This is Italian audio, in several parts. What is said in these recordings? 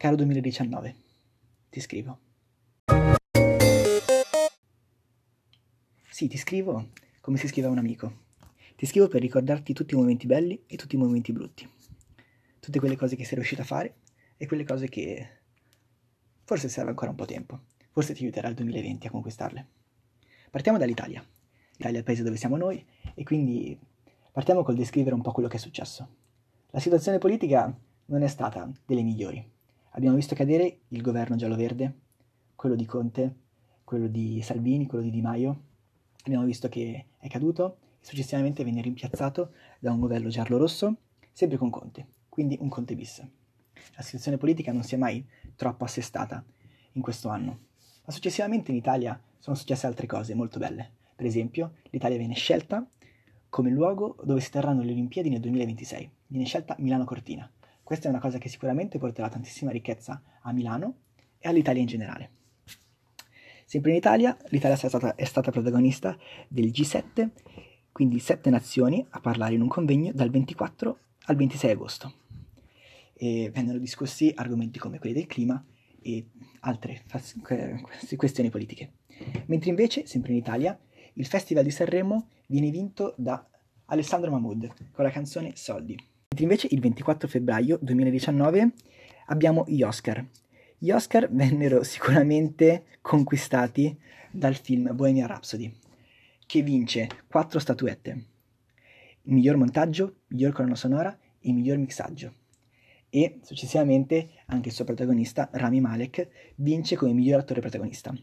Caro 2019, ti scrivo. Sì, ti scrivo come si scrive a un amico. Ti scrivo per ricordarti tutti i momenti belli e tutti i momenti brutti. Tutte quelle cose che sei riuscito a fare e quelle cose che forse serve ancora un po' tempo. Forse ti aiuterà il 2020 a conquistarle. Partiamo dall'Italia. L'Italia è il paese dove siamo noi e quindi partiamo col descrivere un po' quello che è successo. La situazione politica non è stata delle migliori. Abbiamo visto cadere il governo giallo-verde, quello di Conte, quello di Salvini, quello di Di Maio. Abbiamo visto che è caduto e successivamente venne rimpiazzato da un governo giallo-rosso, sempre con Conte, quindi un Conte bis. La situazione politica non si è mai troppo assestata in questo anno, ma successivamente in Italia sono successe altre cose molto belle. Per esempio, l'Italia viene scelta come luogo dove si terranno le Olimpiadi nel 2026. Viene scelta Milano Cortina. Questa è una cosa che sicuramente porterà tantissima ricchezza a Milano e all'Italia in generale. Sempre in Italia, l'Italia è stata protagonista del G7, quindi 7 nazioni a parlare in un convegno dal 24 al 26 agosto. E vennero discussi argomenti come quelli del clima e altre questioni politiche. Mentre invece, sempre in Italia, il Festival di Sanremo viene vinto da Alessandro Mahmood con la canzone Soldi. Mentre invece il 24 febbraio 2019 abbiamo gli Oscar. Gli Oscar vennero sicuramente conquistati dal film Bohemian Rhapsody, che vince 4 statuette: il miglior montaggio, miglior colonna sonora e miglior mixaggio. E successivamente anche il suo protagonista, Rami Malek, vince come miglior attore protagonista.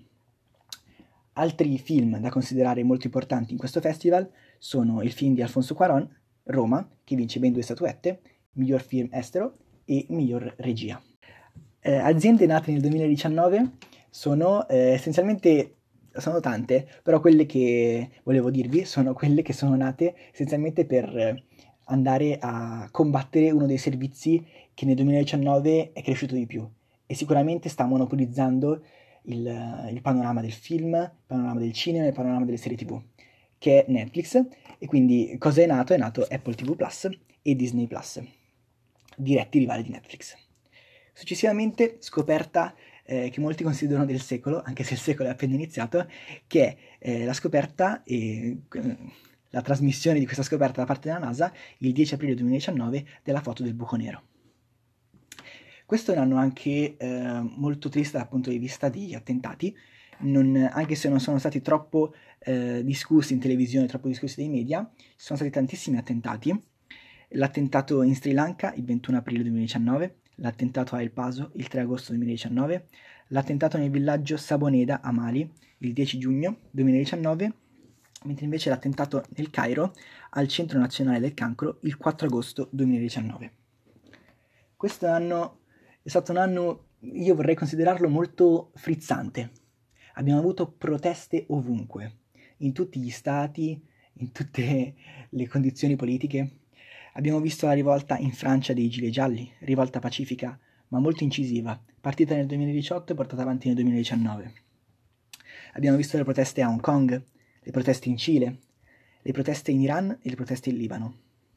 Altri film da considerare molto importanti in questo festival sono il film di Alfonso Cuarón, Roma, che vince ben 2 statuette, miglior film estero e miglior regia. Aziende nate nel 2019 sono essenzialmente, sono tante, però quelle che volevo dirvi sono quelle che sono nate essenzialmente per andare a combattere uno dei servizi che nel 2019 è cresciuto di più e sicuramente sta monopolizzando il panorama del film, il panorama del cinema e il panorama delle serie TV, che è Netflix. E quindi cosa è nato? È nato Apple TV Plus e Disney Plus, diretti rivali di Netflix. Successivamente scoperta che molti considerano del secolo, anche se il secolo è appena iniziato, che è la scoperta e la trasmissione di questa scoperta da parte della NASA il 10 aprile 2019 della foto del buco nero. Questo è un anno anche molto triste dal punto di vista degli attentati, anche se non sono stati troppo discussi in televisione, troppo discussi dai media, ci sono stati tantissimi attentati. L'attentato in Sri Lanka il 21 aprile 2019, l'attentato a El Paso il 3 agosto 2019, l'attentato nel villaggio Saboneda a Mali il 10 giugno 2019, mentre invece l'attentato nel Cairo al Centro Nazionale del Cancro il 4 agosto 2019. Questo anno è stato un anno, io vorrei considerarlo molto frizzante. Abbiamo avuto proteste ovunque, in tutti gli stati, in tutte le condizioni politiche. Abbiamo visto la rivolta in Francia dei Gilet Gialli, rivolta pacifica ma molto incisiva, partita nel 2018 e portata avanti nel 2019. Abbiamo visto le proteste a Hong Kong, le proteste in Cile, le proteste in Iran e le proteste in Libano.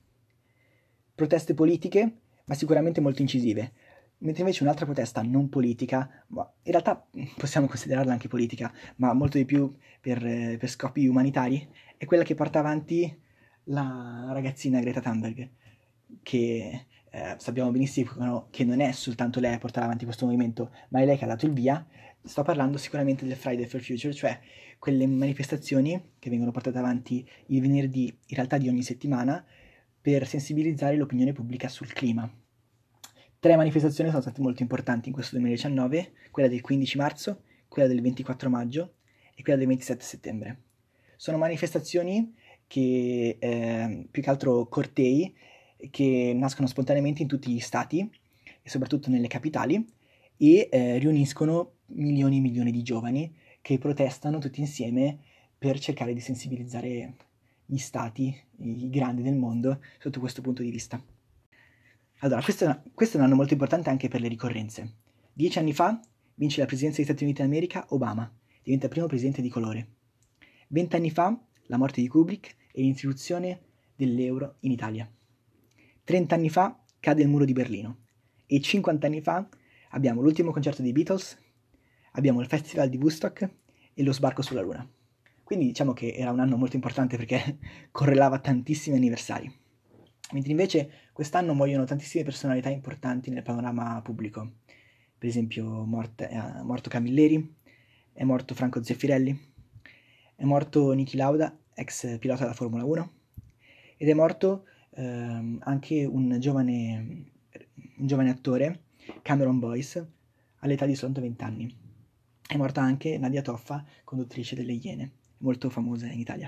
Proteste politiche, ma sicuramente molto incisive. Mentre invece un'altra protesta non politica, ma in realtà possiamo considerarla anche politica, ma molto di più per scopi umanitari, è quella che porta avanti la ragazzina Greta Thunberg, che sappiamo benissimo che non è soltanto lei a portare avanti questo movimento, ma è lei che ha dato il via. Sto parlando sicuramente del Friday for Future, cioè quelle manifestazioni che vengono portate avanti il venerdì, in realtà di ogni settimana, per sensibilizzare l'opinione pubblica sul clima. 3 manifestazioni sono state molto importanti in questo 2019, quella del 15 marzo, quella del 24 maggio e quella del 27 settembre. Sono manifestazioni che, più che altro cortei, che nascono spontaneamente in tutti gli stati e soprattutto nelle capitali e riuniscono milioni e milioni di giovani che protestano tutti insieme per cercare di sensibilizzare gli stati, i grandi del mondo, sotto questo punto di vista. Allora, questo è un anno molto importante anche per le ricorrenze. 10 anni fa vince la presidenza degli Stati Uniti d'America Obama, diventa il primo presidente di colore. 20 anni fa la morte di Kubrick e l'introduzione dell'euro in Italia. 30 anni fa cade il muro di Berlino e 50 anni fa abbiamo l'ultimo concerto dei Beatles, abbiamo il Festival di Woodstock e lo sbarco sulla Luna. Quindi diciamo che era un anno molto importante perché correlava tantissimi anniversari. Mentre invece quest'anno muoiono tantissime personalità importanti nel panorama pubblico. Per esempio è morto Camilleri, è morto Franco Zeffirelli, è morto Niki Lauda, ex pilota della Formula 1, ed è morto anche un giovane attore, Cameron Boyce, all'età di soltanto 20 anni. È morta anche Nadia Toffa, conduttrice delle Iene, molto famosa in Italia.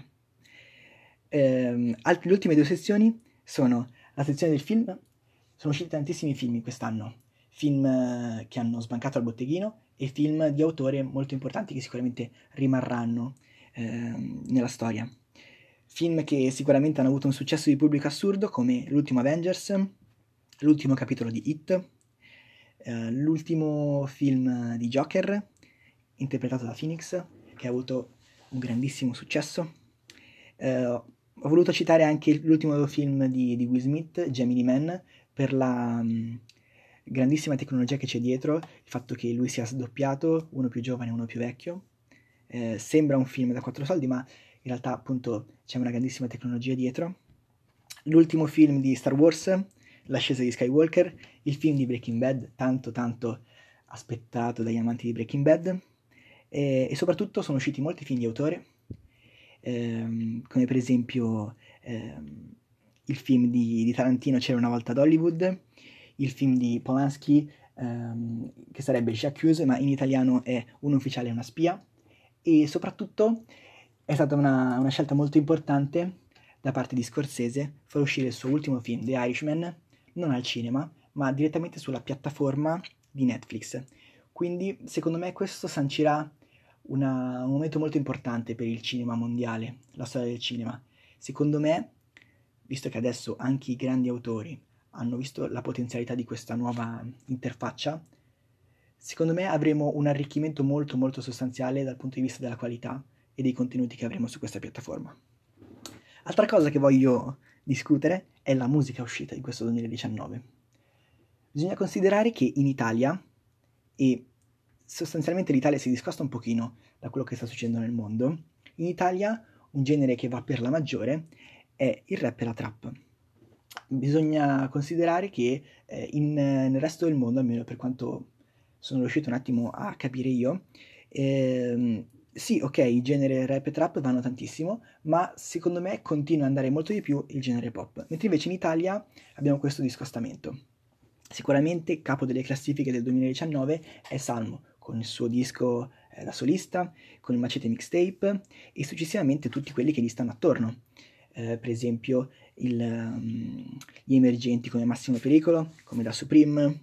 Le ultime 2 sezioni sono la sezione del film. Sono usciti tantissimi film quest'anno, film che hanno sbancato al botteghino e film di autore molto importanti che sicuramente rimarranno nella storia. Film che sicuramente hanno avuto un successo di pubblico assurdo, come l'ultimo Avengers, l'ultimo capitolo di It, l'ultimo film di Joker, interpretato da Phoenix, che ha avuto un grandissimo successo. Ho voluto citare anche l'ultimo film di Will Smith, Gemini Man, per la grandissima tecnologia che c'è dietro, il fatto che lui sia sdoppiato, uno più giovane e uno più vecchio. Sembra un film da 4 soldi, ma in realtà appunto c'è una grandissima tecnologia dietro. L'ultimo film di Star Wars, l'ascesa di Skywalker, il film di Breaking Bad, tanto aspettato dagli amanti di Breaking Bad, e soprattutto sono usciti molti film di autore, come per esempio il film di Tarantino C'era una volta ad Hollywood, il film di Polanski che sarebbe J'accuse, ma in italiano è Un ufficiale e una spia, e soprattutto è stata una scelta molto importante da parte di Scorsese far uscire il suo ultimo film, The Irishman, non al cinema, ma direttamente sulla piattaforma di Netflix. Quindi secondo me questo sancirà un momento molto importante per il cinema mondiale, la storia del cinema. Secondo me, visto che adesso anche i grandi autori hanno visto la potenzialità di questa nuova interfaccia, secondo me avremo un arricchimento molto molto sostanziale dal punto di vista della qualità e dei contenuti che avremo su questa piattaforma. Altra cosa che voglio discutere è la musica uscita in questo 2019. Bisogna considerare che in Italia, e sostanzialmente l'Italia si discosta un pochino da quello che sta succedendo nel mondo, in Italia un genere che va per la maggiore è il rap e la trap. Bisogna considerare che nel resto del mondo, almeno per quanto sono riuscito un attimo a capire io, sì, ok, il genere rap e trap vanno tantissimo, ma secondo me continua ad andare molto di più il genere pop, mentre invece in Italia abbiamo questo discostamento. Sicuramente capo delle classifiche del 2019 è Salmo, con il suo disco da solista, con il Macete Mixtape e successivamente tutti quelli che gli stanno attorno. Per esempio gli emergenti come Massimo Pericolo, come Da Supreme,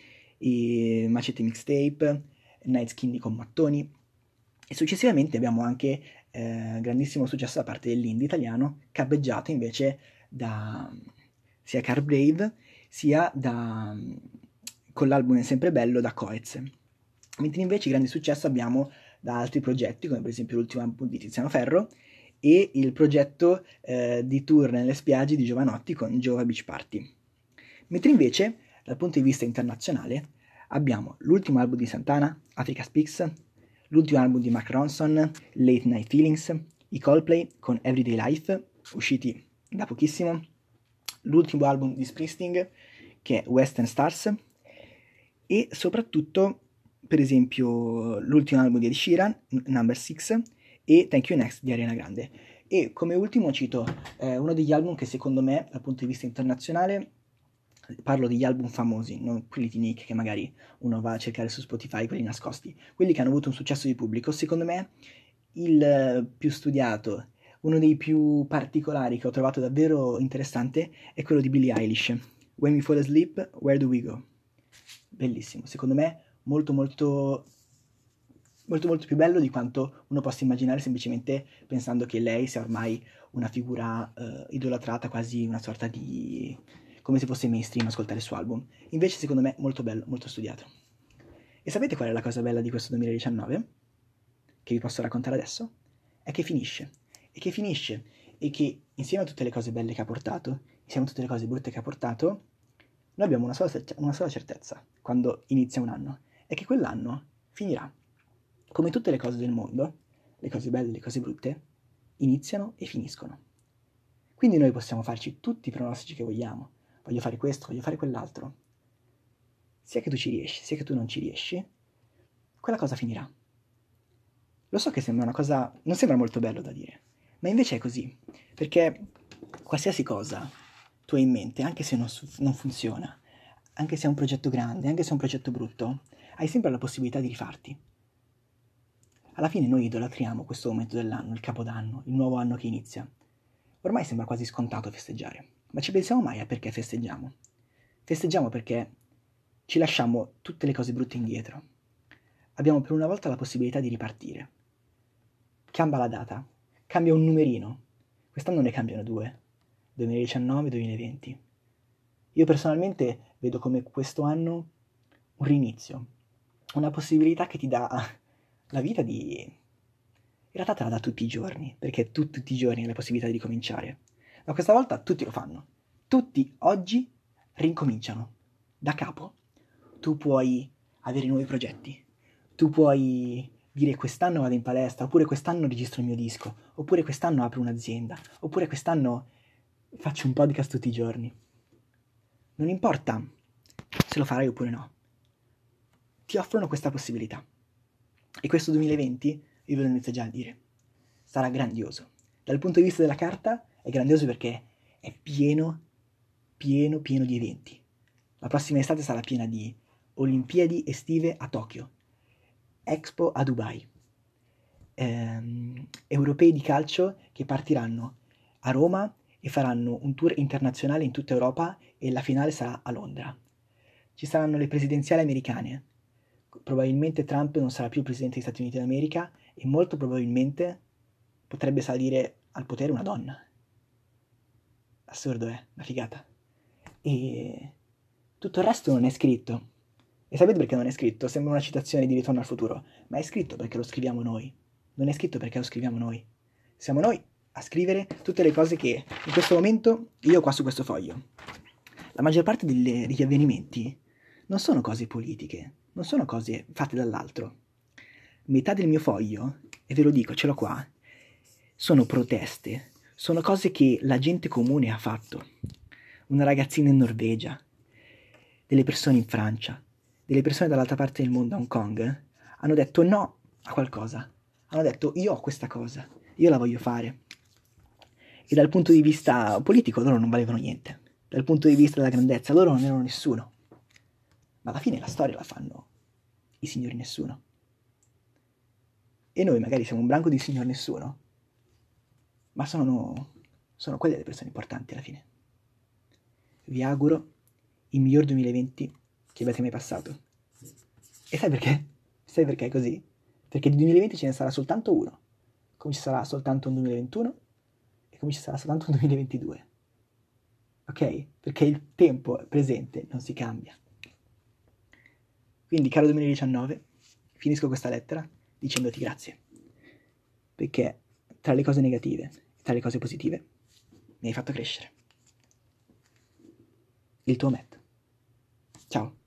i Macete Mixtape, Night Skinny con Mattoni, e successivamente abbiamo anche grandissimo successo da parte dell'indie italiano, cappeggiato invece da sia Car Brave sia con l'album È sempre bello da Coez. Mentre invece grande successo abbiamo da altri progetti, come per esempio l'ultimo album di Tiziano Ferro e il progetto di tour nelle spiagge di Giovanotti con Giova Beach Party. Mentre invece, dal punto di vista internazionale, abbiamo l'ultimo album di Santana, Africa Speaks, l'ultimo album di Mark Ronson, Late Night Feelings, i Coldplay con Everyday Life, usciti da pochissimo, l'ultimo album di Springsteen, che è Western Stars, e soprattutto, per esempio, l'ultimo album di Ed Sheeran, Number 6, e Thank You Next di Ariana Grande. E come ultimo cito uno degli album che secondo me, dal punto di vista internazionale, parlo degli album famosi, non quelli di Nick che magari uno va a cercare su Spotify, quelli nascosti, quelli che hanno avuto un successo di pubblico, secondo me il più studiato, uno dei più particolari che ho trovato davvero interessante è quello di Billie Eilish, When We Fall Asleep, Where Do We Go? Bellissimo, secondo me molto più bello di quanto uno possa immaginare semplicemente pensando che lei sia ormai una figura idolatrata, quasi una sorta di... come se fosse mainstream ascoltare il suo album. Invece secondo me molto bello, molto studiato. E sapete qual è la cosa bella di questo 2019? Che vi posso raccontare adesso? È che finisce. E che insieme a tutte le cose belle che ha portato, insieme a tutte le cose brutte che ha portato, Noi abbiamo una sola certezza quando inizia un anno, è che quell'anno finirà. Come tutte le cose del mondo, le cose belle e le cose brutte, iniziano e finiscono. Quindi noi possiamo farci tutti i pronostici che vogliamo. Voglio fare questo, voglio fare quell'altro. Sia che tu ci riesci, sia che tu non ci riesci, quella cosa finirà. Lo so che sembra una cosa, non sembra molto bello da dire, ma invece è così, perché qualsiasi cosa tu hai in mente, anche se non funziona, anche se è un progetto grande, anche se è un progetto brutto, hai sempre la possibilità di rifarti. Alla fine noi idolatriamo questo momento dell'anno, il capodanno, il nuovo anno che inizia. Ormai sembra quasi scontato festeggiare, ma ci pensiamo mai a perché festeggiamo? Festeggiamo perché ci lasciamo tutte le cose brutte indietro. Abbiamo per una volta la possibilità di ripartire. Cambia la data, cambia un numerino. Quest'anno ne cambiano 2, 2019-2020. Io personalmente vedo come questo anno un rinizio, una possibilità che ti dà la vita di... In realtà te la dà tutti i giorni, perché tu tutti i giorni hai la possibilità di ricominciare. Ma questa volta tutti lo fanno. Tutti oggi rincominciano, da capo. Tu puoi avere nuovi progetti, tu puoi dire quest'anno vado in palestra, oppure quest'anno registro il mio disco, oppure quest'anno apro un'azienda, oppure quest'anno faccio un podcast tutti i giorni. Non importa se lo farai oppure no, ti offrono questa possibilità. E questo 2020, io ve lo inizio già a dire, sarà grandioso. Dal punto di vista della carta è grandioso perché è pieno di eventi. La prossima estate sarà piena di Olimpiadi estive a Tokyo, Expo a Dubai, europei di calcio che partiranno a Roma e faranno un tour internazionale in tutta Europa e la finale sarà a Londra. Ci saranno le presidenziali americane. Probabilmente Trump non sarà più presidente degli Stati Uniti d'America e molto probabilmente potrebbe salire al potere una donna. Assurdo, una figata. E tutto il resto non è scritto. E sapete perché non è scritto? Sembra una citazione di Ritorno al futuro, ma è scritto perché lo scriviamo noi. Non è scritto perché lo scriviamo noi. Siamo noi a scrivere tutte le cose che in questo momento io ho qua su questo foglio. La maggior parte degli avvenimenti non sono cose politiche, non sono cose fatte dall'altro. Metà del mio foglio, e ve lo dico, ce l'ho qua, sono proteste, sono cose che la gente comune ha fatto. Una ragazzina in Norvegia, delle persone in Francia, delle persone dall'altra parte del mondo, a Hong Kong, hanno detto no a qualcosa. Hanno detto io ho questa cosa, io la voglio fare. E dal punto di vista politico loro non valevano niente. Dal punto di vista della grandezza loro non erano nessuno. Ma alla fine la storia la fanno i signori nessuno. E noi magari siamo un branco di signor nessuno, ma sono quelle le persone importanti alla fine. Vi auguro il miglior 2020 che avete mai passato. E sai perché? Sai perché è così? Perché di 2020 ce ne sarà soltanto uno, come ci sarà soltanto un 2021 e come ci sarà soltanto un 2022. Ok? Perché il tempo presente non si cambia. Quindi, caro 2019, finisco questa lettera dicendoti grazie. Perché tra le cose negative e tra le cose positive mi hai fatto crescere. Il tuo Matt. Ciao.